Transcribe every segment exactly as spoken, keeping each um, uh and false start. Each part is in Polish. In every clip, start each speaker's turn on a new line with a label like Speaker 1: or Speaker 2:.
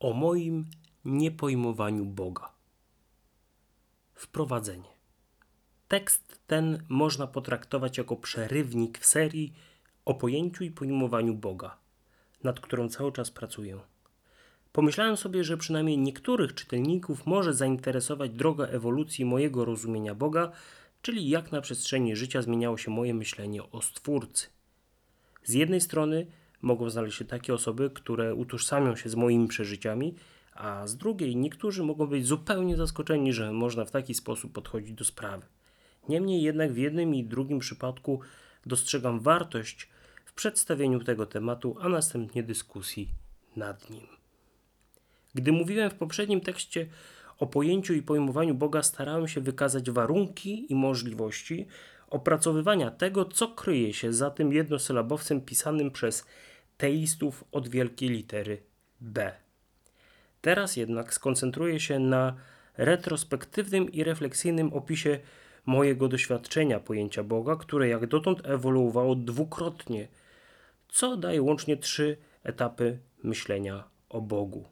Speaker 1: o moim niepojmowaniu Boga. Wprowadzenie. Tekst ten można potraktować jako przerywnik w serii o pojęciu i pojmowaniu Boga, nad którą cały czas pracuję. Pomyślałem sobie, że przynajmniej niektórych czytelników może zainteresować droga ewolucji mojego rozumienia Boga, czyli jak na przestrzeni życia zmieniało się moje myślenie o Stwórcy. Z jednej strony mogą znaleźć się takie osoby, które utożsamią się z moimi przeżyciami, a z drugiej niektórzy mogą być zupełnie zaskoczeni, że można w taki sposób podchodzić do sprawy. Niemniej jednak w jednym i drugim przypadku dostrzegam wartość w przedstawieniu tego tematu, a następnie dyskusji nad nim. Gdy mówiłem w poprzednim tekście o pojęciu i pojmowaniu Boga, starałem się wykazać warunki i możliwości opracowywania tego, co kryje się za tym jednosylabowcem pisanym przez teistów od wielkiej litery B. Teraz jednak skoncentruję się na retrospektywnym i refleksyjnym opisie mojego doświadczenia pojęcia Boga, które jak dotąd ewoluowało dwukrotnie, co daje łącznie trzy etapy myślenia o Bogu.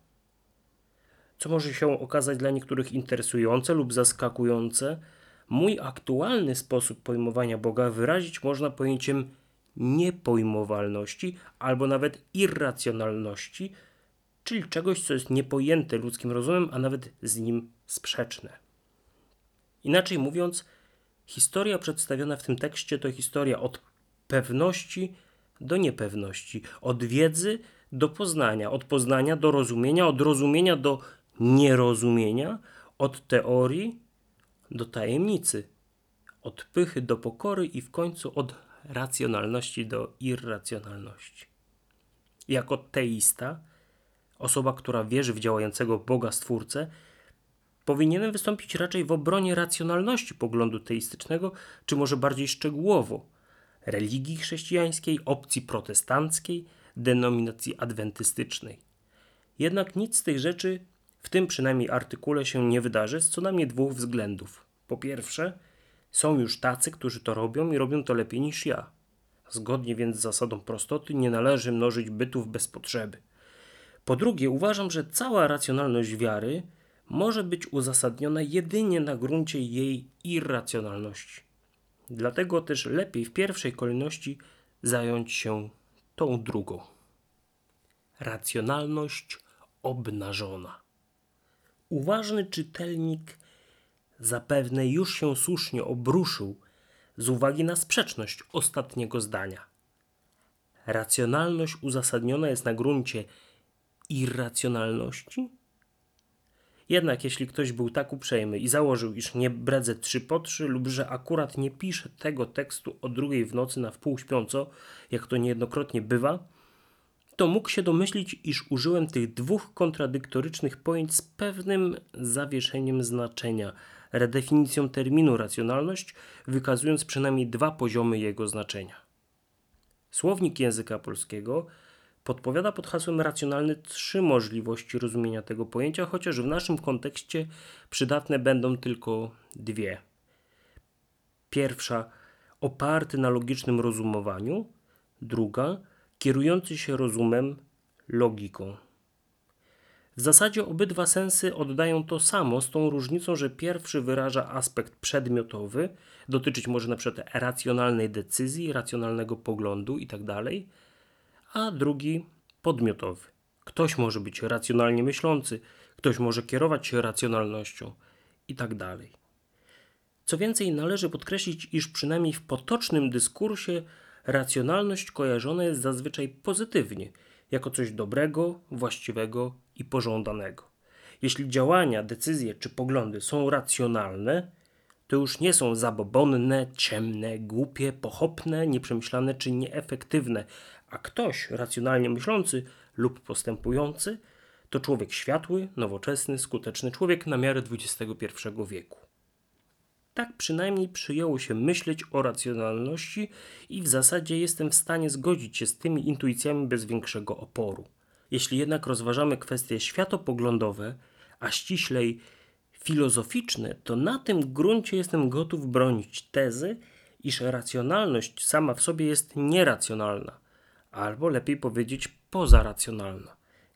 Speaker 1: Co może się okazać dla niektórych interesujące lub zaskakujące, mój aktualny sposób pojmowania Boga wyrazić można pojęciem niepojmowalności albo nawet irracjonalności, czyli czegoś, co jest niepojęte ludzkim rozumem, a nawet z nim sprzeczne. Inaczej mówiąc, historia przedstawiona w tym tekście to historia od pewności do niepewności, od wiedzy do poznania, od poznania do rozumienia, od rozumienia do nierozumienia, od teorii do tajemnicy, od pychy do pokory i w końcu od racjonalności do irracjonalności. Jako teista, osoba, która wierzy w działającego Boga Stwórcę, powinienem wystąpić raczej w obronie racjonalności poglądu teistycznego, czy może bardziej szczegółowo religii chrześcijańskiej, opcji protestanckiej, denominacji adwentystycznej. Jednak nic z tych rzeczy w tym przynajmniej artykule się nie wydarzy z co najmniej dwóch względów. Po pierwsze, są już tacy, którzy to robią i robią to lepiej niż ja. Zgodnie więc z zasadą prostoty nie należy mnożyć bytów bez potrzeby. Po drugie, uważam, że cała racjonalność wiary może być uzasadniona jedynie na gruncie jej irracjonalności. Dlatego też lepiej w pierwszej kolejności zająć się tą drugą. Racjonalność obnażona. Uważny czytelnik zapewne już się słusznie obruszył z uwagi na sprzeczność ostatniego zdania. Racjonalność uzasadniona jest na gruncie irracjonalności? Jednak jeśli ktoś był tak uprzejmy i założył, iż nie bredzę trzy po trzy lub że akurat nie pisze tego tekstu o drugiej w nocy na wpół śpiąco, jak to niejednokrotnie bywa, to mógł się domyślić, iż użyłem tych dwóch kontradyktorycznych pojęć z pewnym zawieszeniem znaczenia, redefinicją terminu racjonalność, wykazując przynajmniej dwa poziomy jego znaczenia. Słownik języka polskiego podpowiada pod hasłem racjonalny trzy możliwości rozumienia tego pojęcia, chociaż w naszym kontekście przydatne będą tylko dwie. Pierwsza, oparty na logicznym rozumowaniu, druga, kierujący się rozumem, logiką. W zasadzie obydwa sensy oddają to samo, z tą różnicą, że pierwszy wyraża aspekt przedmiotowy, dotyczyć może na przykład racjonalnej decyzji, racjonalnego poglądu itd., a drugi podmiotowy. Ktoś może być racjonalnie myślący, ktoś może kierować się racjonalnością itd. Co więcej, należy podkreślić, iż przynajmniej w potocznym dyskursie racjonalność kojarzona jest zazwyczaj pozytywnie, jako coś dobrego, właściwego i pożądanego. Jeśli działania, decyzje czy poglądy są racjonalne, to już nie są zabobonne, ciemne, głupie, pochopne, nieprzemyślane czy nieefektywne, a ktoś racjonalnie myślący lub postępujący to człowiek światły, nowoczesny, skuteczny człowiek na miarę dwudziestego pierwszego wieku. Tak przynajmniej przyjęło się myśleć o racjonalności i w zasadzie jestem w stanie zgodzić się z tymi intuicjami bez większego oporu. Jeśli jednak rozważamy kwestie światopoglądowe, a ściślej filozoficzne, to na tym gruncie jestem gotów bronić tezy, iż racjonalność sama w sobie jest nieracjonalna, albo lepiej powiedzieć pozaracjonalna.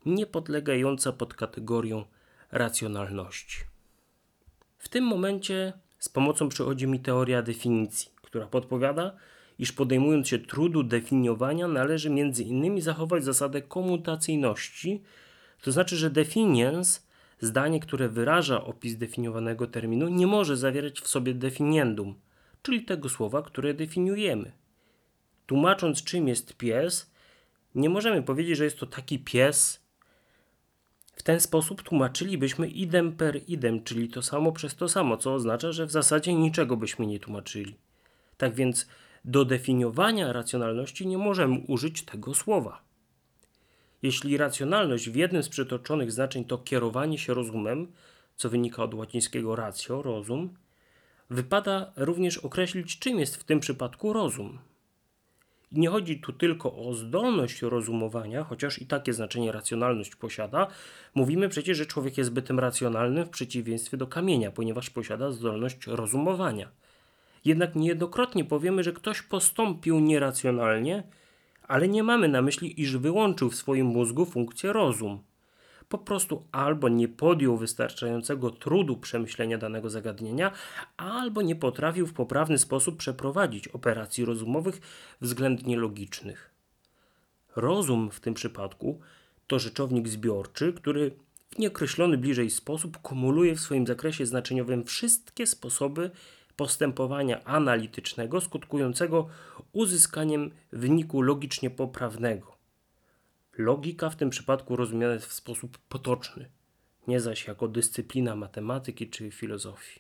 Speaker 1: nie podlegająca pod kategorią racjonalności. W tym momencie z pomocą przychodzi mi teoria definicji, która podpowiada, iż podejmując się trudu definiowania należy między innymi zachować zasadę komutacyjności, to znaczy, że definiens, zdanie, które wyraża opis definiowanego terminu, nie może zawierać w sobie definiendum, czyli tego słowa, które definiujemy. Tłumacząc, czym jest pies, nie możemy powiedzieć, że jest to taki pies. W ten sposób tłumaczylibyśmy idem per idem, czyli to samo przez to samo, co oznacza, że w zasadzie niczego byśmy nie tłumaczyli. Tak więc do definiowania racjonalności nie możemy użyć tego słowa. Jeśli racjonalność w jednym z przytoczonych znaczeń to kierowanie się rozumem, co wynika od łacińskiego ratio, rozum, wypada również określić, czym jest w tym przypadku rozum. I nie chodzi tu tylko o zdolność rozumowania, chociaż i takie znaczenie racjonalność posiada. Mówimy przecież, że człowiek jest bytem racjonalnym w przeciwieństwie do kamienia, ponieważ posiada zdolność rozumowania. Jednak niejednokrotnie powiemy, że ktoś postąpił nieracjonalnie, ale nie mamy na myśli, iż wyłączył w swoim mózgu funkcję rozum. Po prostu albo nie podjął wystarczającego trudu przemyślenia danego zagadnienia, albo nie potrafił w poprawny sposób przeprowadzić operacji rozumowych względnie logicznych. Rozum w tym przypadku to rzeczownik zbiorczy, który w nieokreślony bliżej sposób kumuluje w swoim zakresie znaczeniowym wszystkie sposoby postępowania analitycznego skutkującego uzyskaniem wyniku logicznie poprawnego. Logika w tym przypadku rozumiana jest w sposób potoczny, nie zaś jako dyscyplina matematyki czy filozofii.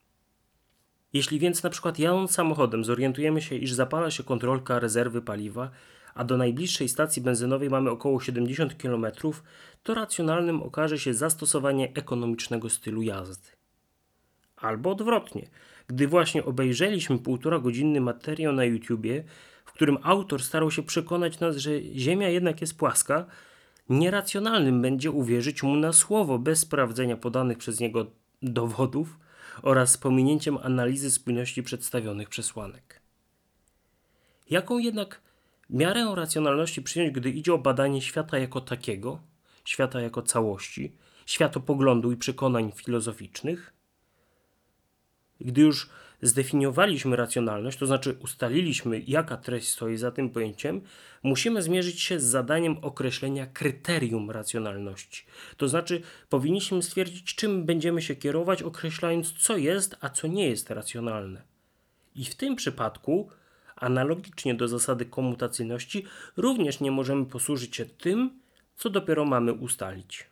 Speaker 1: Jeśli więc na przykład jadąc samochodem zorientujemy się, iż zapala się kontrolka rezerwy paliwa, a do najbliższej stacji benzynowej mamy około siedemdziesiąt kilometrów, to racjonalnym okaże się zastosowanie ekonomicznego stylu jazdy. Albo odwrotnie, gdy właśnie obejrzeliśmy półtora godzinny materiał na YouTubie, w którym autor starał się przekonać nas, że Ziemia jednak jest płaska, nieracjonalnym będzie uwierzyć mu na słowo bez sprawdzenia podanych przez niego dowodów oraz z pominięciem analizy spójności przedstawionych przesłanek. Jaką jednak miarę racjonalności przyjąć, gdy idzie o badanie świata jako takiego, świata jako całości, światopoglądu i przekonań filozoficznych? Gdy już zdefiniowaliśmy racjonalność, to znaczy ustaliliśmy, jaka treść stoi za tym pojęciem, musimy zmierzyć się z zadaniem określenia kryterium racjonalności. To znaczy powinniśmy stwierdzić, czym będziemy się kierować, określając, co jest, a co nie jest racjonalne. I w tym przypadku, analogicznie do zasady komutacyjności, również nie możemy posłużyć się tym, co dopiero mamy ustalić.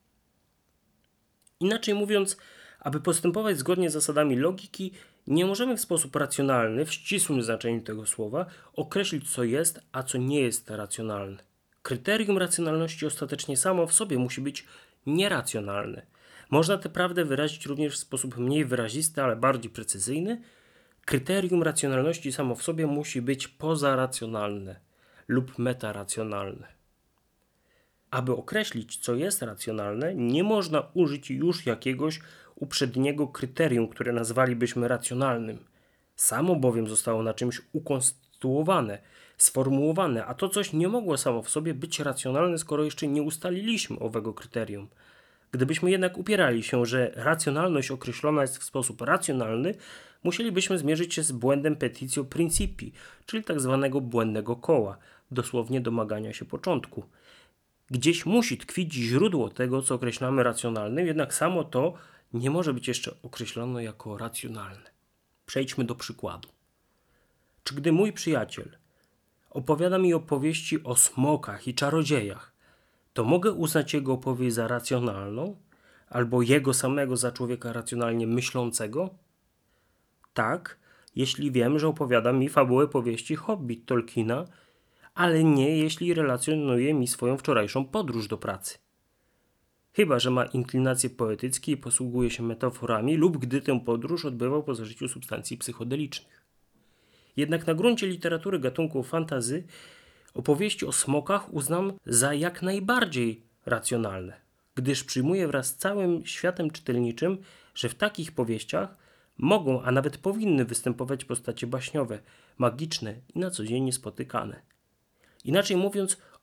Speaker 1: Inaczej mówiąc, aby postępować zgodnie z zasadami logiki, nie możemy w sposób racjonalny, w ścisłym znaczeniu tego słowa, określić, co jest, a co nie jest racjonalne. Kryterium racjonalności ostatecznie samo w sobie musi być nieracjonalne. Można tę prawdę wyrazić również w sposób mniej wyrazisty, ale bardziej precyzyjny. Kryterium racjonalności samo w sobie musi być pozaracjonalne lub metaracjonalne. Aby określić, co jest racjonalne, nie można użyć już jakiegoś uprzedniego kryterium, które nazwalibyśmy racjonalnym. Samo bowiem zostało na czymś ukonstruowane, sformułowane, a to coś nie mogło samo w sobie być racjonalne, skoro jeszcze nie ustaliliśmy owego kryterium. Gdybyśmy jednak upierali się, że racjonalność określona jest w sposób racjonalny, musielibyśmy zmierzyć się z błędem petitio principii, czyli tak zwanego błędnego koła, dosłownie domagania się początku. Gdzieś musi tkwić źródło tego, co określamy racjonalnym, jednak samo to nie może być jeszcze określone jako racjonalne. Przejdźmy do przykładu. Czy gdy mój przyjaciel opowiada mi opowieści o smokach i czarodziejach, to mogę uznać jego opowieść za racjonalną, albo jego samego za człowieka racjonalnie myślącego? Tak, jeśli wiem, że opowiada mi fabułę powieści Hobbit Tolkiena, ale nie jeśli relacjonuje mi swoją wczorajszą podróż do pracy. Chyba że ma inklinacje poetyckie i posługuje się metaforami lub gdy tę podróż odbywał po zażyciu substancji psychodelicznych. Jednak na gruncie literatury gatunku fantasy opowieści o smokach uznam za jak najbardziej racjonalne, gdyż przyjmuję wraz z całym światem czytelniczym, że w takich powieściach mogą, a nawet powinny występować postacie baśniowe, magiczne i na co dzień niespotykane. Inaczej mówiąc,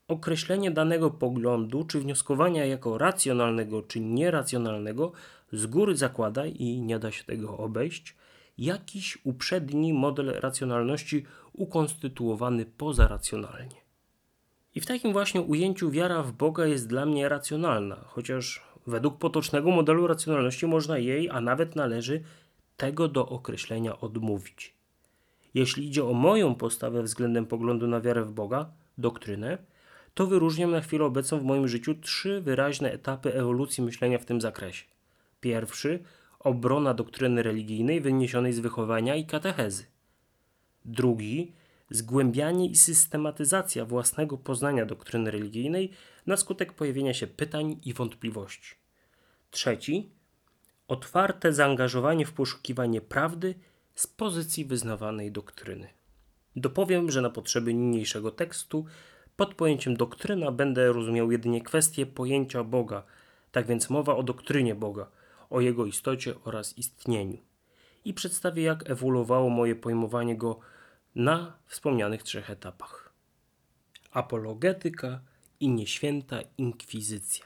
Speaker 1: określenie danego poglądu czy wnioskowania jako racjonalnego czy nieracjonalnego z góry zakłada, i nie da się tego obejść, jakiś uprzedni model racjonalności ukonstytuowany pozaracjonalnie. I w takim właśnie ujęciu wiara w Boga jest dla mnie racjonalna, chociaż według potocznego modelu racjonalności można jej, a nawet należy, tego do określenia odmówić. Jeśli idzie o moją postawę względem poglądu na wiarę w Boga, doktrynę, to wyróżniam na chwilę obecną w moim życiu trzy wyraźne etapy ewolucji myślenia w tym zakresie. Pierwszy – obrona doktryny religijnej wyniesionej z wychowania i katechezy. Drugi – zgłębianie i systematyzacja własnego poznania doktryny religijnej na skutek pojawienia się pytań i wątpliwości. Trzeci – otwarte zaangażowanie w poszukiwanie prawdy z pozycji wyznawanej doktryny. Dopowiem, że na potrzeby niniejszego tekstu pod pojęciem doktryna będę rozumiał jedynie kwestię pojęcia Boga, tak więc mowa o doktrynie Boga, o Jego istocie oraz istnieniu. I przedstawię, jak ewoluowało moje pojmowanie Go na wspomnianych trzech etapach. Apologetyka i nieświęta inkwizycja.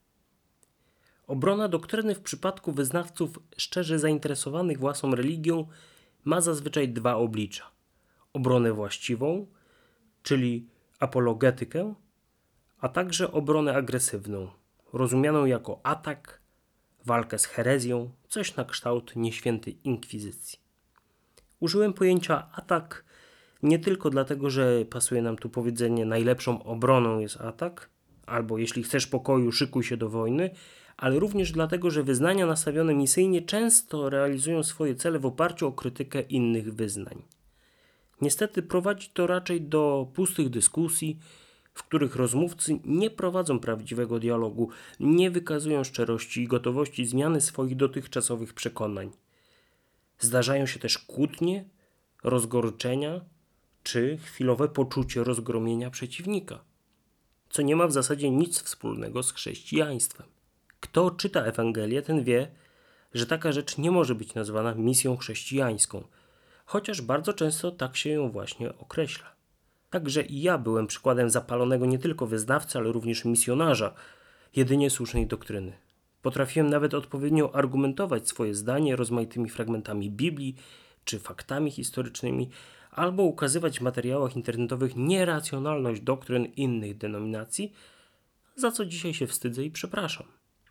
Speaker 1: Obrona doktryny w przypadku wyznawców szczerze zainteresowanych własną religią ma zazwyczaj dwa oblicza. Obronę właściwą, czyli apologetykę, a także obronę agresywną, rozumianą jako atak, walkę z herezją, coś na kształt nieświętej inkwizycji. Użyłem pojęcia atak nie tylko dlatego, że pasuje nam tu powiedzenie najlepszą obroną jest atak, albo jeśli chcesz pokoju, szykuj się do wojny, ale również dlatego, że wyznania nastawione misyjnie często realizują swoje cele w oparciu o krytykę innych wyznań. Niestety prowadzi to raczej do pustych dyskusji, w których rozmówcy nie prowadzą prawdziwego dialogu, nie wykazują szczerości i gotowości zmiany swoich dotychczasowych przekonań. Zdarzają się też kłótnie, rozgorczenia czy chwilowe poczucie rozgromienia przeciwnika, co nie ma w zasadzie nic wspólnego z chrześcijaństwem. Kto czyta Ewangelię, ten wie, że taka rzecz nie może być nazwana misją chrześcijańską, chociaż bardzo często tak się ją właśnie określa. Także i ja byłem przykładem zapalonego nie tylko wyznawcy, ale również misjonarza jedynie słusznej doktryny. Potrafiłem nawet odpowiednio argumentować swoje zdanie rozmaitymi fragmentami Biblii czy faktami historycznymi, albo ukazywać w materiałach internetowych nieracjonalność doktryn innych denominacji, za co dzisiaj się wstydzę i przepraszam.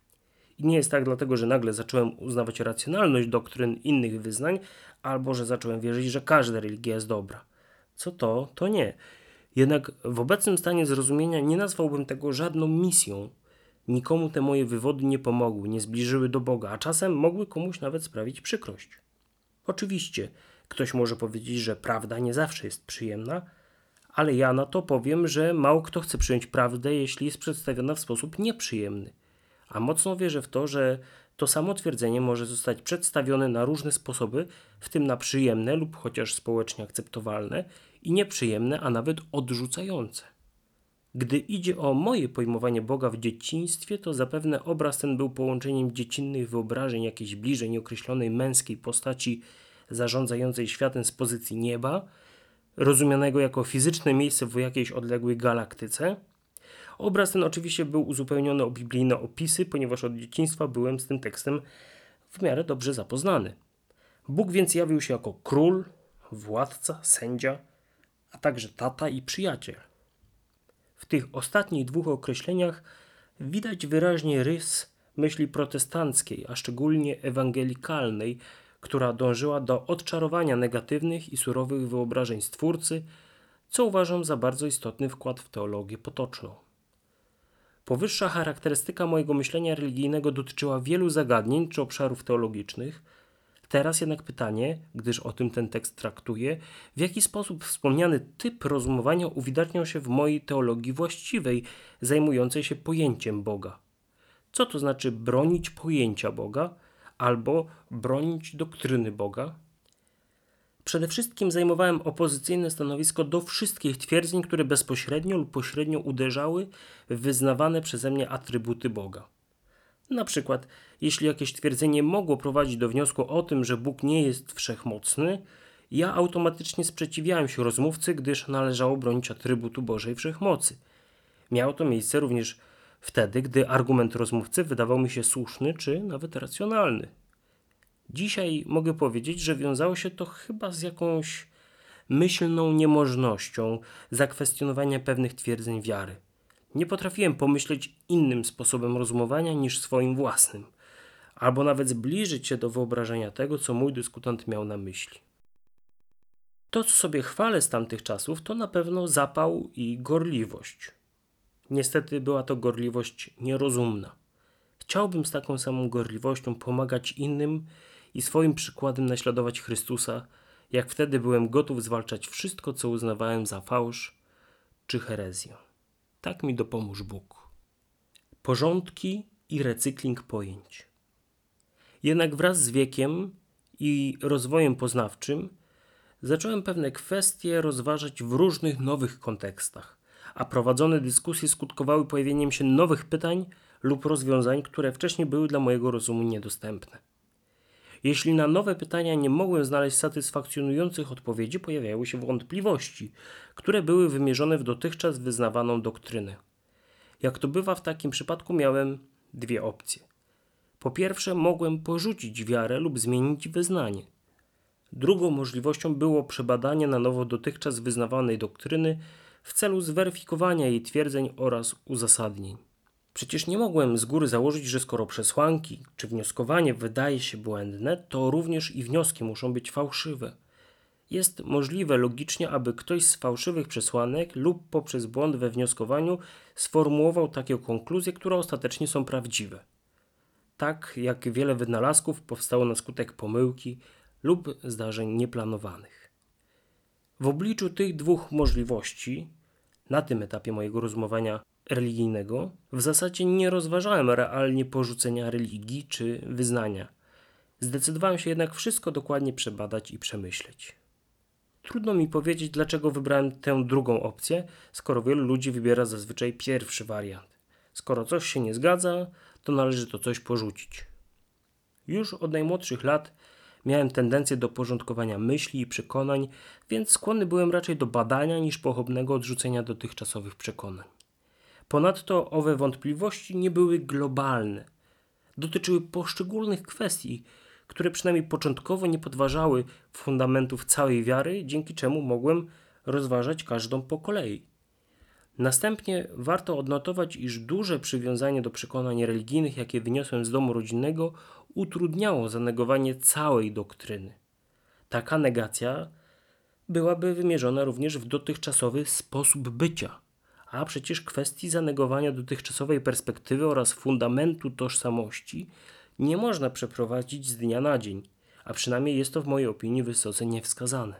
Speaker 1: I nie jest tak dlatego, że nagle zacząłem uznawać racjonalność doktryn innych wyznań, albo że zacząłem wierzyć, że każda religia jest dobra. Co to, to nie. Jednak w obecnym stanie zrozumienia nie nazwałbym tego żadną misją. Nikomu te moje wywody nie pomogły, nie zbliżyły do Boga, a czasem mogły komuś nawet sprawić przykrość. Oczywiście, ktoś może powiedzieć, że prawda nie zawsze jest przyjemna, ale ja na to powiem, że mało kto chce przyjąć prawdę, jeśli jest przedstawiona w sposób nieprzyjemny. A mocno wierzę w to, że to samo twierdzenie może zostać przedstawione na różne sposoby, w tym na przyjemne lub chociaż społecznie akceptowalne i nieprzyjemne, a nawet odrzucające. Gdy idzie o moje pojmowanie Boga w dzieciństwie, to zapewne obraz ten był połączeniem dziecinnych wyobrażeń jakiejś bliżej nieokreślonej męskiej postaci zarządzającej światem z pozycji nieba, rozumianego jako fizyczne miejsce w jakiejś odległej galaktyce. Obraz ten oczywiście był uzupełniony o biblijne opisy, ponieważ od dzieciństwa byłem z tym tekstem w miarę dobrze zapoznany. Bóg więc jawił się jako król, władca, sędzia, a także tata i przyjaciel. W tych ostatnich dwóch określeniach widać wyraźnie rys myśli protestanckiej, a szczególnie ewangelikalnej, która dążyła do odczarowania negatywnych i surowych wyobrażeń Stwórcy, co uważam za bardzo istotny wkład w teologię potoczną. Powyższa charakterystyka mojego myślenia religijnego dotyczyła wielu zagadnień czy obszarów teologicznych. Teraz jednak pytanie, gdyż o tym ten tekst traktuje, w jaki sposób wspomniany typ rozumowania uwidaczniał się w mojej teologii właściwej, zajmującej się pojęciem Boga. Co to znaczy bronić pojęcia Boga albo bronić doktryny Boga? Przede wszystkim zajmowałem opozycyjne stanowisko do wszystkich twierdzeń, które bezpośrednio lub pośrednio uderzały w wyznawane przeze mnie atrybuty Boga. Na przykład, jeśli jakieś twierdzenie mogło prowadzić do wniosku o tym, że Bóg nie jest wszechmocny, ja automatycznie sprzeciwiałem się rozmówcy, gdyż należało bronić atrybutu Bożej Wszechmocy. Miało to miejsce również wtedy, gdy argument rozmówcy wydawał mi się słuszny czy nawet racjonalny. Dzisiaj mogę powiedzieć, że wiązało się to chyba z jakąś myślną niemożnością zakwestionowania pewnych twierdzeń wiary. Nie potrafiłem pomyśleć innym sposobem rozumowania niż swoim własnym, albo nawet zbliżyć się do wyobrażenia tego, co mój dyskutant miał na myśli. To, co sobie chwalę z tamtych czasów, to na pewno zapał i gorliwość. Niestety była to gorliwość nierozumna. Chciałbym z taką samą gorliwością pomagać innym i swoim przykładem naśladować Chrystusa, jak wtedy byłem gotów zwalczać wszystko, co uznawałem za fałsz czy herezję. Tak mi dopomóż Bóg. Porządki i recykling pojęć. Jednak wraz z wiekiem i rozwojem poznawczym zacząłem pewne kwestie rozważać w różnych nowych kontekstach, a prowadzone dyskusje skutkowały pojawieniem się nowych pytań lub rozwiązań, które wcześniej były dla mojego rozumu niedostępne. Jeśli na nowe pytania nie mogłem znaleźć satysfakcjonujących odpowiedzi, pojawiały się wątpliwości, które były wymierzone w dotychczas wyznawaną doktrynę. Jak to bywa w takim przypadku, miałem dwie opcje. Po pierwsze, mogłem porzucić wiarę lub zmienić wyznanie. Drugą możliwością było przebadanie na nowo dotychczas wyznawanej doktryny w celu zweryfikowania jej twierdzeń oraz uzasadnień. Przecież nie mogłem z góry założyć, że skoro przesłanki czy wnioskowanie wydaje się błędne, to również i wnioski muszą być fałszywe. Jest możliwe logicznie, aby ktoś z fałszywych przesłanek lub poprzez błąd we wnioskowaniu sformułował takie konkluzje, które ostatecznie są prawdziwe. Tak jak wiele wynalazków powstało na skutek pomyłki lub zdarzeń nieplanowanych. W obliczu tych dwóch możliwości, na tym etapie mojego rozumowania religijnego, w zasadzie nie rozważałem realnie porzucenia religii czy wyznania. Zdecydowałem się jednak wszystko dokładnie przebadać i przemyśleć. Trudno mi powiedzieć, dlaczego wybrałem tę drugą opcję, skoro wielu ludzi wybiera zazwyczaj pierwszy wariant. Skoro coś się nie zgadza, to należy to coś porzucić. Już od najmłodszych lat miałem tendencję do porządkowania myśli i przekonań, więc skłonny byłem raczej do badania niż pochopnego odrzucenia dotychczasowych przekonań. Ponadto owe wątpliwości nie były globalne. Dotyczyły poszczególnych kwestii, które przynajmniej początkowo nie podważały fundamentów całej wiary, dzięki czemu mogłem rozważać każdą po kolei. Następnie warto odnotować, iż duże przywiązanie do przekonań religijnych, jakie wyniosłem z domu rodzinnego, utrudniało zanegowanie całej doktryny. Taka negacja byłaby wymierzona również w dotychczasowy sposób bycia, a przecież kwestii zanegowania dotychczasowej perspektywy oraz fundamentu tożsamości nie można przeprowadzić z dnia na dzień, a przynajmniej jest to w mojej opinii wysoce niewskazane.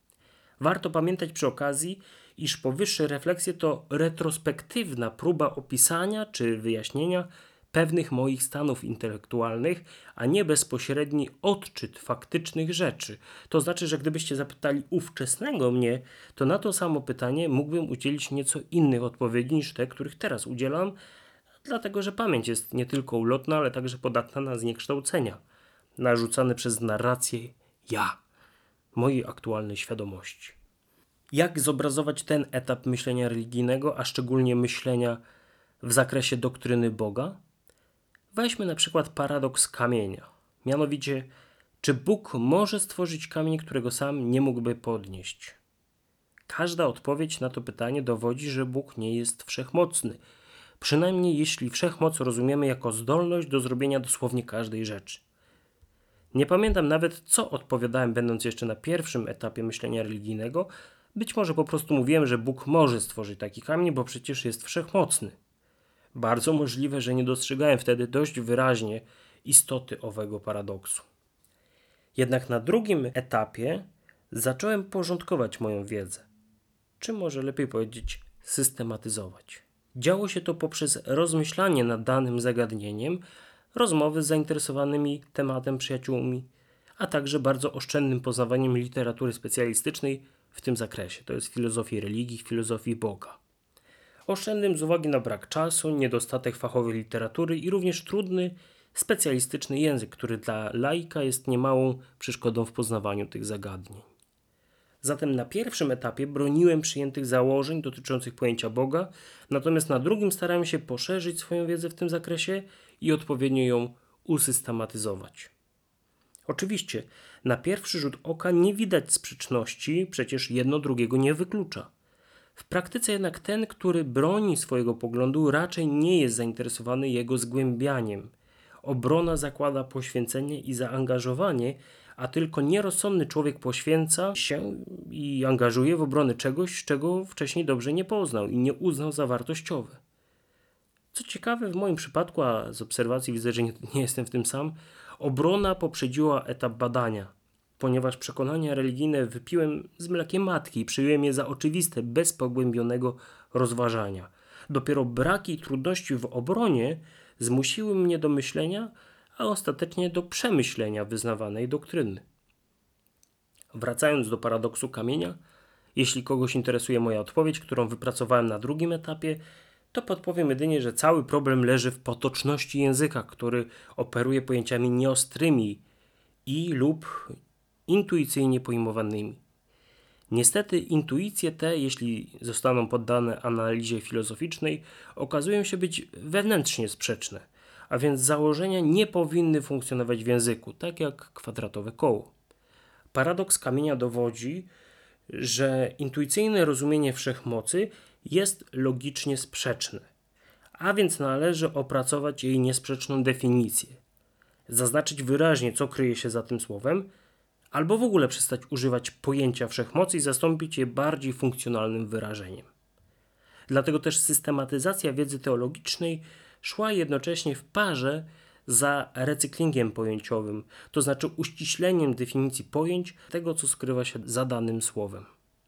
Speaker 1: Warto pamiętać przy okazji, iż powyższe refleksje to retrospektywna próba opisania czy wyjaśnienia pewnych moich stanów intelektualnych, a nie bezpośredni odczyt faktycznych rzeczy. To znaczy, że gdybyście zapytali ówczesnego mnie, to na to samo pytanie mógłbym udzielić nieco innych odpowiedzi niż te, których teraz udzielam, dlatego że pamięć jest nie tylko ulotna, ale także podatna na zniekształcenia, narzucane przez narrację ja, mojej aktualnej świadomości. Jak zobrazować ten etap myślenia religijnego, a szczególnie myślenia w zakresie doktryny Boga? Weźmy na przykład paradoks kamienia. Mianowicie, czy Bóg może stworzyć kamień, którego sam nie mógłby podnieść? Każda odpowiedź na to pytanie dowodzi, że Bóg nie jest wszechmocny. Przynajmniej jeśli wszechmoc rozumiemy jako zdolność do zrobienia dosłownie każdej rzeczy. Nie pamiętam nawet, co odpowiadałem, będąc jeszcze na pierwszym etapie myślenia religijnego. Być może po prostu mówiłem, że Bóg może stworzyć taki kamień, bo przecież jest wszechmocny. Bardzo możliwe, że nie dostrzegałem wtedy dość wyraźnie istoty owego paradoksu. Jednak na drugim etapie zacząłem porządkować moją wiedzę. Czy może lepiej powiedzieć systematyzować. Działo się to poprzez rozmyślanie nad danym zagadnieniem, rozmowy z zainteresowanymi tematem przyjaciółmi, a także bardzo oszczędnym poznawaniem literatury specjalistycznej w tym zakresie, to jest filozofii religii, filozofii Boga. Oszczędnym z uwagi na brak czasu, niedostatek fachowej literatury i również trudny, specjalistyczny język, który dla laika jest niemałą przeszkodą w poznawaniu tych zagadnień. Zatem na pierwszym etapie broniłem przyjętych założeń dotyczących pojęcia Boga, natomiast na drugim starałem się poszerzyć swoją wiedzę w tym zakresie i odpowiednio ją usystematyzować. Oczywiście, na pierwszy rzut oka nie widać sprzeczności, przecież jedno drugiego nie wyklucza. W praktyce jednak ten, który broni swojego poglądu, raczej nie jest zainteresowany jego zgłębianiem. Obrona zakłada poświęcenie i zaangażowanie, a tylko nierozsądny człowiek poświęca się i angażuje w obronę czegoś, czego wcześniej dobrze nie poznał i nie uznał za wartościowe. Co ciekawe, w moim przypadku, a z obserwacji widzę, że nie, nie jestem w tym sam, obrona poprzedziła etap badania, ponieważ przekonania religijne wypiłem z mlekiem matki i przyjąłem je za oczywiste, bez pogłębionego rozważania. Dopiero braki i trudności w obronie zmusiły mnie do myślenia, a ostatecznie do przemyślenia wyznawanej doktryny. Wracając do paradoksu kamienia, jeśli kogoś interesuje moja odpowiedź, którą wypracowałem na drugim etapie, to podpowiem jedynie, że cały problem leży w potoczności języka, który operuje pojęciami nieostrymi i lub intuicyjnie pojmowanymi. Niestety intuicje te, jeśli zostaną poddane analizie filozoficznej, okazują się być wewnętrznie sprzeczne, a więc założenia nie powinny funkcjonować w języku, tak jak kwadratowe koło. Paradoks kamienia dowodzi, że intuicyjne rozumienie wszechmocy jest logicznie sprzeczne, a więc należy opracować jej niesprzeczną definicję, zaznaczyć wyraźnie, co kryje się za tym słowem, albo w ogóle przestać używać pojęcia wszechmocy i zastąpić je bardziej funkcjonalnym wyrażeniem. Dlatego też systematyzacja wiedzy teologicznej szła jednocześnie w parze za recyklingiem pojęciowym, to znaczy uściśleniem definicji pojęć tego, co skrywa się za danym słowem.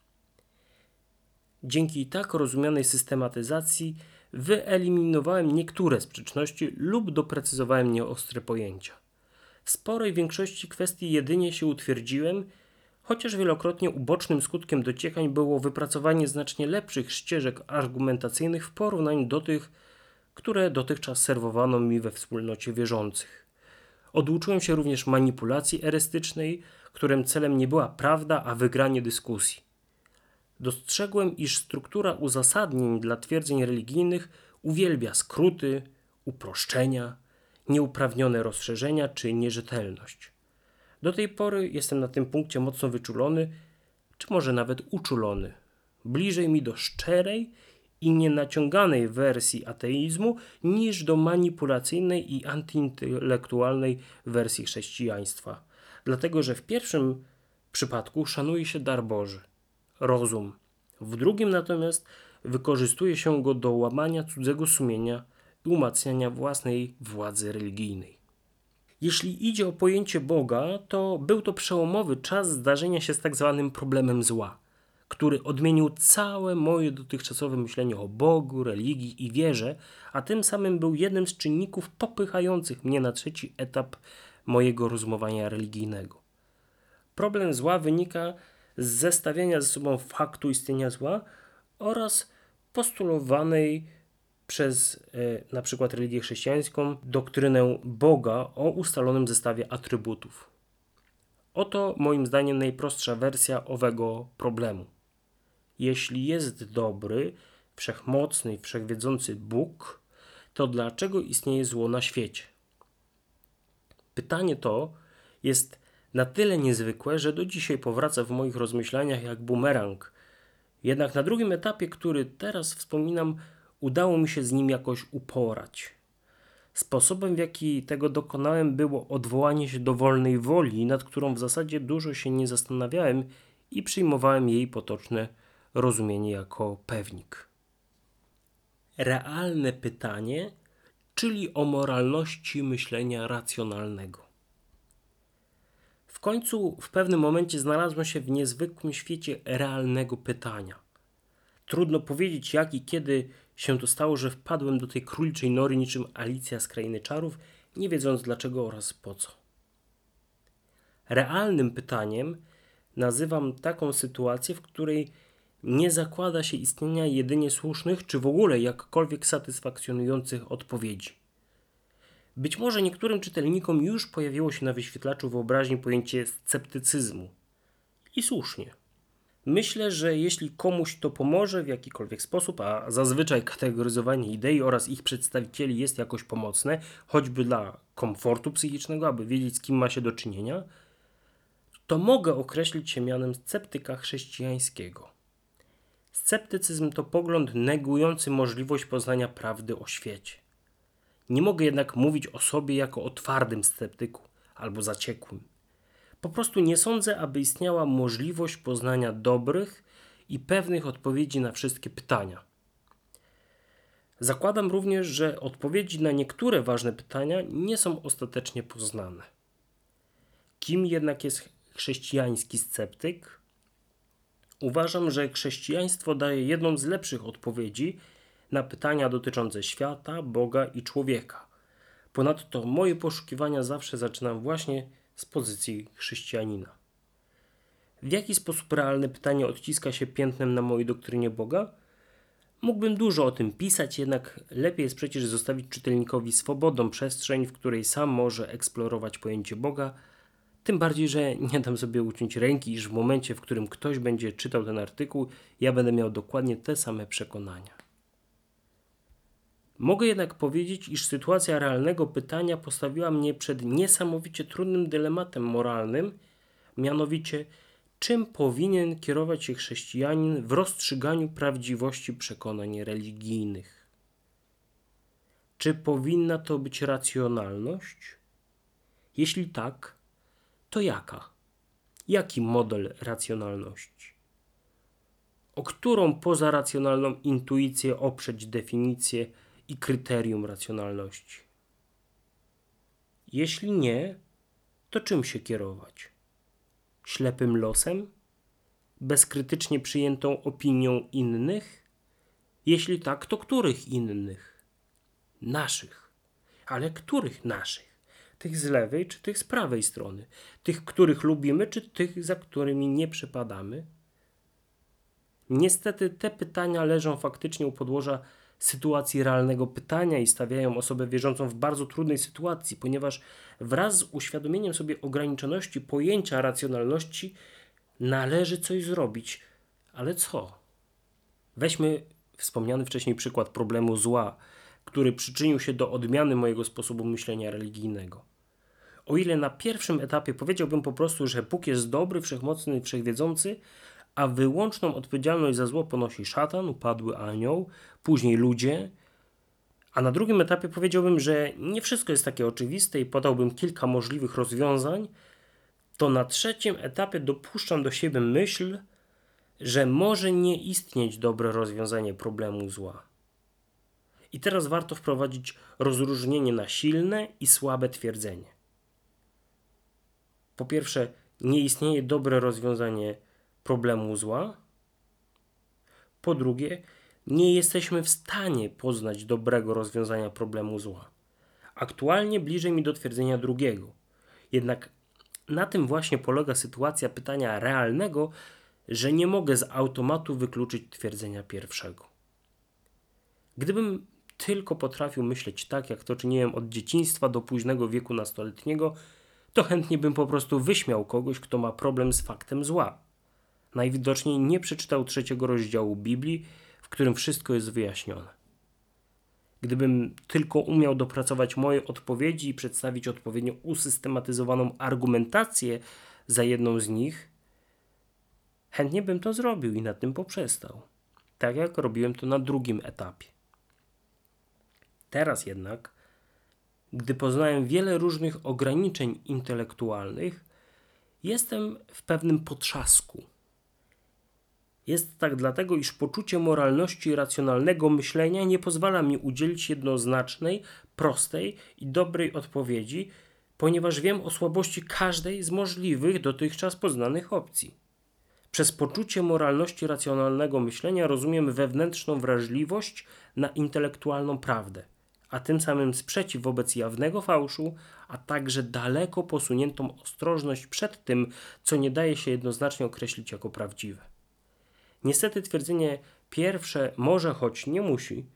Speaker 1: Dzięki tak rozumianej systematyzacji wyeliminowałem niektóre sprzeczności lub doprecyzowałem nieostre pojęcia. W sporej większości kwestii jedynie się utwierdziłem, chociaż wielokrotnie ubocznym skutkiem dociechań było wypracowanie znacznie lepszych ścieżek argumentacyjnych w porównaniu do tych, które dotychczas serwowano mi we wspólnocie wierzących. Oduczyłem się również manipulacji erystycznej, którym celem nie była prawda, a wygranie dyskusji. Dostrzegłem, iż struktura uzasadnień dla twierdzeń religijnych uwielbia skróty, uproszczenia, nieuprawnione rozszerzenia czy nierzetelność. Do tej pory jestem na tym punkcie mocno wyczulony, czy może nawet uczulony. Bliżej mi do szczerej i nienaciąganej wersji ateizmu niż do manipulacyjnej i antyintelektualnej wersji chrześcijaństwa. Dlatego, że w pierwszym przypadku szanuje się dar Boży, rozum. W drugim natomiast wykorzystuje się go do łamania cudzego sumienia i umacniania własnej władzy religijnej. Jeśli idzie o pojęcie Boga, to był to przełomowy czas zdarzenia się z tak zwanym problemem zła, który odmienił całe moje dotychczasowe myślenie o Bogu, religii i wierze, a tym samym był jednym z czynników popychających mnie na trzeci etap mojego rozumowania religijnego. Problem zła wynika z zestawiania ze sobą faktu istnienia zła oraz postulowanej przez e, na przykład religię chrześcijańską doktrynę Boga o ustalonym zestawie atrybutów. Oto moim zdaniem najprostsza wersja owego problemu. Jeśli jest dobry, wszechmocny i wszechwiedzący Bóg, to dlaczego istnieje zło na świecie? Pytanie to jest na tyle niezwykłe, że do dzisiaj powraca w moich rozmyślaniach jak bumerang. Jednak na drugim etapie, który teraz wspominam, udało mi się z nim jakoś uporać. Sposobem, w jaki tego dokonałem, było odwołanie się do wolnej woli, nad którą w zasadzie dużo się nie zastanawiałem i przyjmowałem jej potoczne rozumienie jako pewnik. Realne pytanie, czyli o moralności myślenia racjonalnego. W końcu w pewnym momencie znalazłem się w niezwykłym świecie realnego pytania. Trudno powiedzieć, jak i kiedy się to stało, że wpadłem do tej króliczej nory niczym Alicja z Krainy Czarów, nie wiedząc dlaczego oraz po co. Realnym pytaniem nazywam taką sytuację, w której nie zakłada się istnienia jedynie słusznych, czy w ogóle jakkolwiek satysfakcjonujących odpowiedzi. Być może niektórym czytelnikom już pojawiło się na wyświetlaczu wyobraźni pojęcie sceptycyzmu. I słusznie. Myślę, że jeśli komuś to pomoże w jakikolwiek sposób, a zazwyczaj kategoryzowanie idei oraz ich przedstawicieli jest jakoś pomocne, choćby dla komfortu psychicznego, aby wiedzieć, z kim ma się do czynienia, to mogę określić się mianem sceptyka chrześcijańskiego. Sceptycyzm to pogląd negujący możliwość poznania prawdy o świecie. Nie mogę jednak mówić o sobie jako o twardym sceptyku albo zaciekłym. Po prostu nie sądzę, aby istniała możliwość poznania dobrych i pewnych odpowiedzi na wszystkie pytania. Zakładam również, że odpowiedzi na niektóre ważne pytania nie są ostatecznie poznane. Kim jednak jest chrześcijański sceptyk? Uważam, że chrześcijaństwo daje jedną z lepszych odpowiedzi na pytania dotyczące świata, Boga i człowieka. Ponadto moje poszukiwania zawsze zaczynam właśnie z pozycji chrześcijanina. W jaki sposób realne pytanie odciska się piętnem na mojej doktrynie Boga? Mógłbym dużo o tym pisać, jednak lepiej jest przecież zostawić czytelnikowi swobodną przestrzeń, w której sam może eksplorować pojęcie Boga, tym bardziej, że nie dam sobie uciąć ręki, iż w momencie, w którym ktoś będzie czytał ten artykuł, ja będę miał dokładnie te same przekonania. Mogę jednak powiedzieć, iż sytuacja realnego pytania postawiła mnie przed niesamowicie trudnym dylematem moralnym, mianowicie czym powinien kierować się chrześcijanin w rozstrzyganiu prawdziwości przekonań religijnych. Czy powinna to być racjonalność? Jeśli tak, to jaka? Jaki model racjonalności? O którą pozaracjonalną intuicję oprzeć definicję i kryterium racjonalności? Jeśli nie, to czym się kierować? Ślepym losem? Bezkrytycznie przyjętą opinią innych? Jeśli tak, to których innych? Naszych. Ale których naszych? Tych z lewej czy tych z prawej strony? Tych, których lubimy, czy tych, za którymi nie przypadamy? Niestety te pytania leżą faktycznie u podłoża sytuacji realnego pytania i stawiają osobę wierzącą w bardzo trudnej sytuacji, ponieważ wraz z uświadomieniem sobie ograniczoności pojęcia racjonalności należy coś zrobić. Ale co? Weźmy wspomniany wcześniej przykład problemu zła, który przyczynił się do odmiany mojego sposobu myślenia religijnego. O ile na pierwszym etapie powiedziałbym po prostu, że Bóg jest dobry, wszechmocny, wszechwiedzący, a wyłączną odpowiedzialność za zło ponosi szatan, upadły anioł, później ludzie, a na drugim etapie powiedziałbym, że nie wszystko jest takie oczywiste i podałbym kilka możliwych rozwiązań, to na trzecim etapie dopuszczam do siebie myśl, że może nie istnieć dobre rozwiązanie problemu zła. I teraz warto wprowadzić rozróżnienie na silne i słabe twierdzenie. Po pierwsze, nie istnieje dobre rozwiązanie problemu zła. Po drugie, nie jesteśmy w stanie poznać dobrego rozwiązania problemu zła. Aktualnie bliżej mi do twierdzenia drugiego. Jednak na tym właśnie polega sytuacja pytania realnego, że nie mogę z automatu wykluczyć twierdzenia pierwszego. Gdybym tylko potrafił myśleć tak, jak to czyniłem od dzieciństwa do późnego wieku nastoletniego, to chętnie bym po prostu wyśmiał kogoś, kto ma problem z faktem zła. Najwidoczniej nie przeczytał trzeciego rozdziału Biblii, w którym wszystko jest wyjaśnione. Gdybym tylko umiał dopracować moje odpowiedzi i przedstawić odpowiednio usystematyzowaną argumentację za jedną z nich, chętnie bym to zrobił i nad tym poprzestał. Tak jak robiłem to na drugim etapie. Teraz jednak, gdy poznałem wiele różnych ograniczeń intelektualnych, jestem w pewnym potrzasku. Jest tak dlatego, iż poczucie moralności i racjonalnego myślenia nie pozwala mi udzielić jednoznacznej, prostej i dobrej odpowiedzi, ponieważ wiem o słabości każdej z możliwych dotychczas poznanych opcji. Przez poczucie moralności i racjonalnego myślenia rozumiem wewnętrzną wrażliwość na intelektualną prawdę, a tym samym sprzeciw wobec jawnego fałszu, a także daleko posuniętą ostrożność przed tym, co nie daje się jednoznacznie określić jako prawdziwe. Niestety twierdzenie pierwsze może, choć nie musi,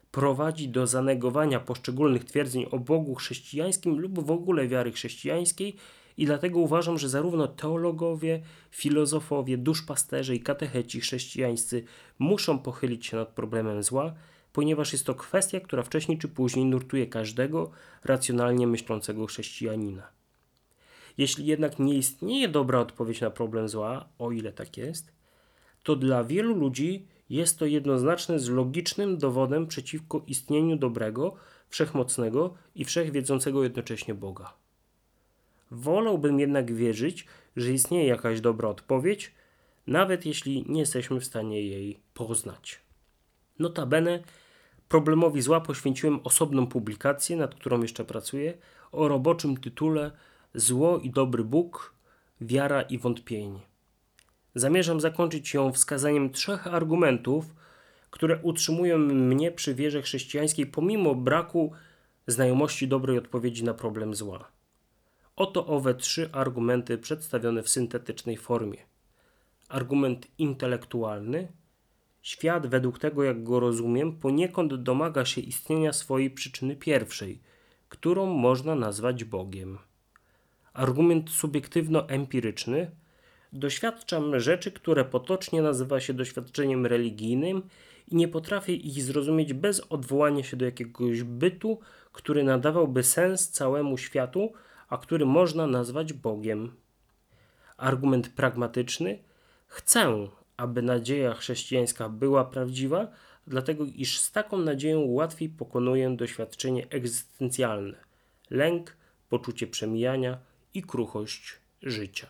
Speaker 1: prowadzi do zanegowania poszczególnych twierdzeń o Bogu chrześcijańskim lub w ogóle wiary chrześcijańskiej i dlatego uważam, że zarówno teologowie, filozofowie, duszpasterze i katecheci chrześcijańscy muszą pochylić się nad problemem zła, ponieważ jest to kwestia, która wcześniej czy później nurtuje każdego racjonalnie myślącego chrześcijanina. Jeśli jednak nie istnieje dobra odpowiedź na problem zła, o ile tak jest, to dla wielu ludzi jest to jednoznaczne z logicznym dowodem przeciwko istnieniu dobrego, wszechmocnego i wszechwiedzącego jednocześnie Boga. Wolałbym jednak wierzyć, że istnieje jakaś dobra odpowiedź, nawet jeśli nie jesteśmy w stanie jej poznać. Notabene problemowi zła poświęciłem osobną publikację, nad którą jeszcze pracuję, o roboczym tytule Zło i dobry Bóg, wiara i wątpienie. Zamierzam zakończyć ją wskazaniem trzech argumentów, które utrzymują mnie przy wierze chrześcijańskiej pomimo braku znajomości dobrej odpowiedzi na problem zła. Oto owe trzy argumenty przedstawione w syntetycznej formie. Argument intelektualny. Świat, według tego jak go rozumiem, poniekąd domaga się istnienia swojej przyczyny pierwszej, którą można nazwać Bogiem. Argument subiektywno-empiryczny. Doświadczam rzeczy, które potocznie nazywa się doświadczeniem religijnym i nie potrafię ich zrozumieć bez odwołania się do jakiegoś bytu, który nadawałby sens całemu światu, a który można nazwać Bogiem. Argument pragmatyczny. Chcę, aby nadzieja chrześcijańska była prawdziwa, dlatego iż z taką nadzieją łatwiej pokonuję doświadczenie egzystencjalne, lęk, poczucie przemijania i kruchość życia.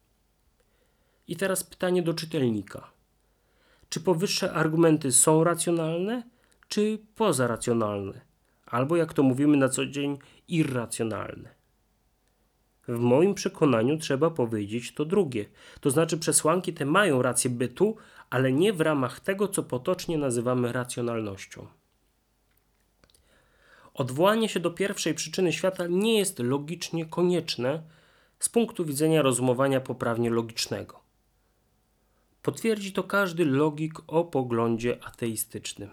Speaker 1: I teraz pytanie do czytelnika. Czy powyższe argumenty są racjonalne, czy pozaracjonalne? Albo jak to mówimy na co dzień, irracjonalne? W moim przekonaniu trzeba powiedzieć to drugie. To znaczy przesłanki te mają rację bytu, ale nie w ramach tego, co potocznie nazywamy racjonalnością. Odwołanie się do pierwszej przyczyny świata nie jest logicznie konieczne z punktu widzenia rozumowania poprawnie logicznego. Potwierdzi to każdy logik o poglądzie ateistycznym.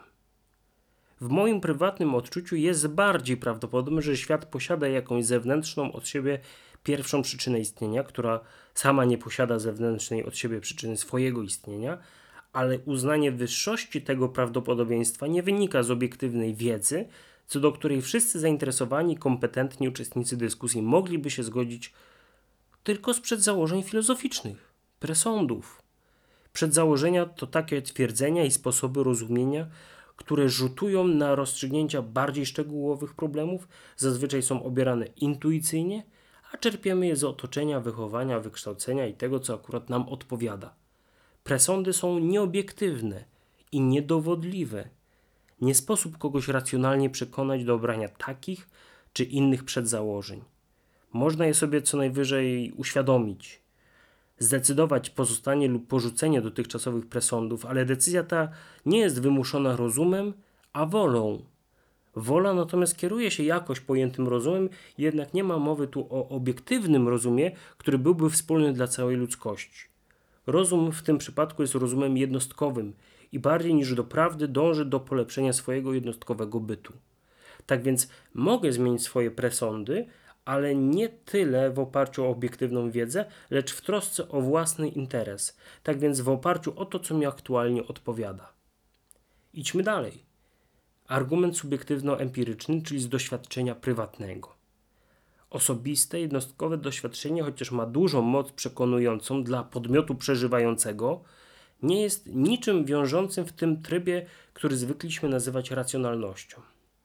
Speaker 1: W moim prywatnym odczuciu jest bardziej prawdopodobne, że świat posiada jakąś zewnętrzną od siebie pierwszą przyczynę istnienia, która sama nie posiada zewnętrznej od siebie przyczyny swojego istnienia, ale uznanie wyższości tego prawdopodobieństwa nie wynika z obiektywnej wiedzy, co do której wszyscy zainteresowani, kompetentni uczestnicy dyskusji mogliby się zgodzić tylko sprzed założeń filozoficznych, presądów. Przedzałożenia to takie twierdzenia i sposoby rozumienia, które rzutują na rozstrzygnięcia bardziej szczegółowych problemów, zazwyczaj są obierane intuicyjnie, a czerpiemy je z otoczenia, wychowania, wykształcenia i tego, co akurat nam odpowiada. Presądy są nieobiektywne i niedowodliwe. Nie sposób kogoś racjonalnie przekonać do obrania takich czy innych przedzałożeń. Można je sobie co najwyżej uświadomić, zdecydować pozostanie lub porzucenie dotychczasowych presądów, ale decyzja ta nie jest wymuszona rozumem, a wolą. Wola natomiast kieruje się jakoś pojętym rozumem, jednak nie ma mowy tu o obiektywnym rozumie, który byłby wspólny dla całej ludzkości. Rozum w tym przypadku jest rozumem jednostkowym i bardziej niż do prawdy dąży do polepszenia swojego jednostkowego bytu. Tak więc mogę zmienić swoje presądy, ale nie tyle w oparciu o obiektywną wiedzę, lecz w trosce o własny interes, tak więc w oparciu o to, co mi aktualnie odpowiada. Idźmy dalej. Argument subiektywno-empiryczny, czyli z doświadczenia prywatnego. Osobiste, jednostkowe doświadczenie, chociaż ma dużą moc przekonującą dla podmiotu przeżywającego, nie jest niczym wiążącym w tym trybie, który zwykliśmy nazywać racjonalnością.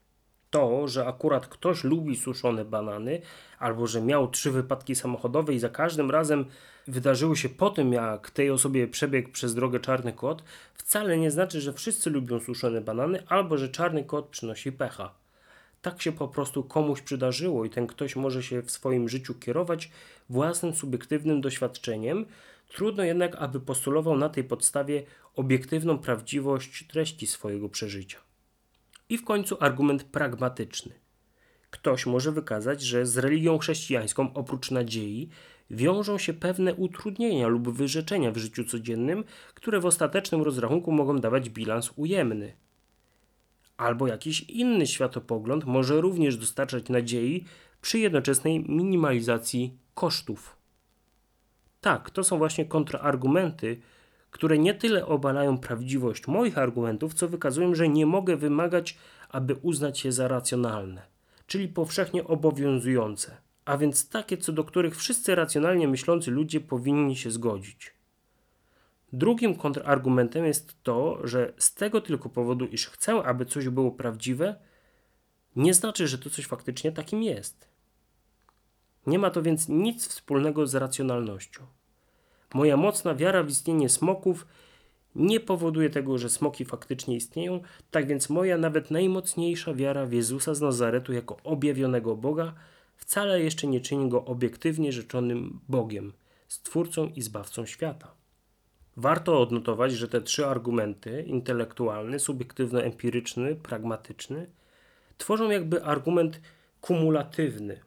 Speaker 1: To, że akurat ktoś lubi suszone banany, albo że miał trzy wypadki samochodowe i za każdym razem wydarzyły się po tym, jak tej osobie przebiegł przez drogę czarny kot, wcale nie znaczy, że wszyscy lubią suszone banany, albo że czarny kot przynosi pecha. Tak się po prostu komuś przydarzyło i ten ktoś może się w swoim życiu kierować własnym subiektywnym doświadczeniem. Trudno jednak, aby postulował na tej podstawie obiektywną prawdziwość treści swojego przeżycia. I w końcu argument pragmatyczny. Ktoś może wykazać, że z religią chrześcijańską oprócz nadziei wiążą się pewne utrudnienia lub wyrzeczenia w życiu codziennym, które w ostatecznym rozrachunku mogą dawać bilans ujemny. albo jakiś inny światopogląd może również dostarczać nadziei przy jednoczesnej minimalizacji kosztów. Tak, to są właśnie kontrargumenty, które nie tyle obalają prawdziwość moich argumentów, co wykazują, że nie mogę wymagać, aby uznać je za racjonalne, czyli powszechnie obowiązujące, a więc takie, co do których wszyscy racjonalnie myślący ludzie powinni się zgodzić. Drugim kontrargumentem jest to, że z tego tylko powodu, iż chcę, aby coś było prawdziwe, nie znaczy, że to coś faktycznie takim jest. Nie ma to więc nic wspólnego z racjonalnością. Moja mocna wiara w istnienie smoków nie powoduje tego, że smoki faktycznie istnieją, tak więc moja nawet najmocniejsza wiara w Jezusa z Nazaretu jako objawionego Boga wcale jeszcze nie czyni go obiektywnie rzeczonym Bogiem, Stwórcą i Zbawcą świata. Warto odnotować, że te trzy argumenty, intelektualny, subiektywno-empiryczny, pragmatyczny, tworzą jakby argument kumulatywny.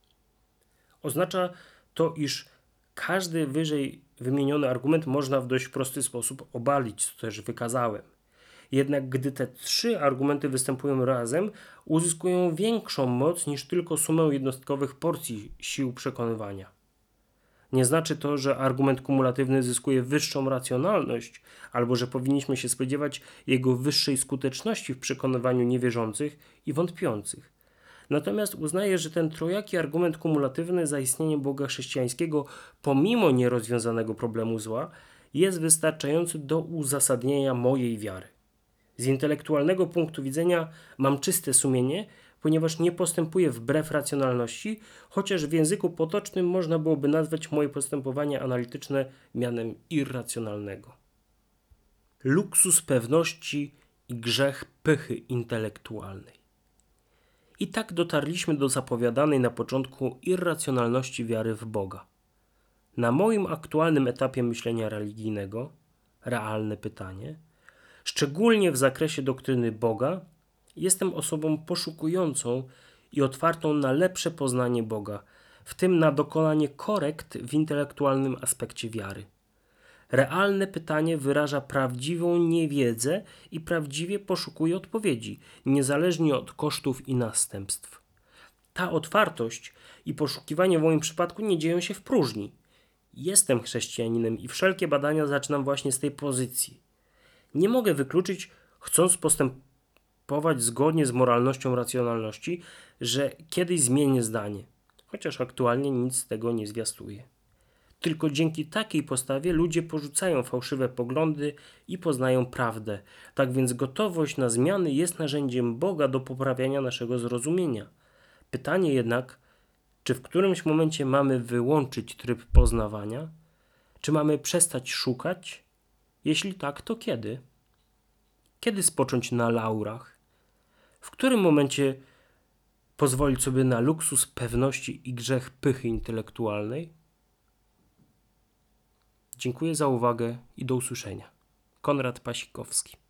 Speaker 1: Oznacza to, iż każdy wyżej wymieniony argument można w dość prosty sposób obalić, co też wykazałem. Jednak gdy te trzy argumenty występują razem, uzyskują większą moc niż tylko sumę jednostkowych porcji sił przekonywania. Nie znaczy to, że argument kumulatywny zyskuje wyższą racjonalność, albo że powinniśmy się spodziewać jego wyższej skuteczności w przekonywaniu niewierzących i wątpiących. Natomiast uznaję, że ten trojaki argument kumulatywny za istnienie Boga chrześcijańskiego, pomimo nierozwiązanego problemu zła, jest wystarczający do uzasadnienia mojej wiary. Z intelektualnego punktu widzenia mam czyste sumienie, ponieważ nie postępuję wbrew racjonalności, chociaż w języku potocznym można byłoby nazwać moje postępowanie analityczne mianem irracjonalnego. Luksus pewności i grzech pychy intelektualnej. I tak dotarliśmy do zapowiadanej na początku irracjonalności wiary w Boga. Na moim aktualnym etapie myślenia religijnego, realne pytanie, szczególnie w zakresie doktryny Boga, jestem osobą poszukującą i otwartą na lepsze poznanie Boga, w tym na dokonanie korekt w intelektualnym aspekcie wiary. Realne pytanie wyraża prawdziwą niewiedzę i prawdziwie poszukuje odpowiedzi, niezależnie od kosztów i następstw. Ta otwartość i poszukiwanie w moim przypadku nie dzieją się w próżni. Jestem chrześcijaninem i wszelkie badania zaczynam właśnie z tej pozycji. Nie mogę wykluczyć, chcąc postępować zgodnie z moralnością racjonalności, że kiedyś zmienię zdanie, chociaż aktualnie nic z tego nie zwiastuje. Tylko dzięki takiej postawie ludzie porzucają fałszywe poglądy i poznają prawdę. Tak więc gotowość na zmiany jest narzędziem Boga do poprawiania naszego zrozumienia. Pytanie jednak, czy w którymś momencie mamy wyłączyć tryb poznawania? Czy mamy przestać szukać? Jeśli tak, to kiedy? Kiedy spocząć na laurach? W którym momencie pozwolić sobie na luksus pewności i grzech pychy intelektualnej? Dziękuję za uwagę i do usłyszenia. Konrad Pasikowski.